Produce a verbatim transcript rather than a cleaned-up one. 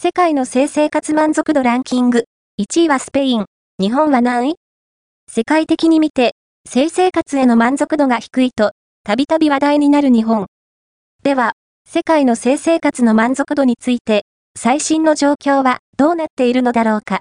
世界の性生活満足度ランキング。いちいはスペイン。日本は何位？世界的に見て、性生活への満足度が低いと、たびたび話題になる日本。では、世界の性生活の満足度について、最新の状況はどうなっているのだろうか。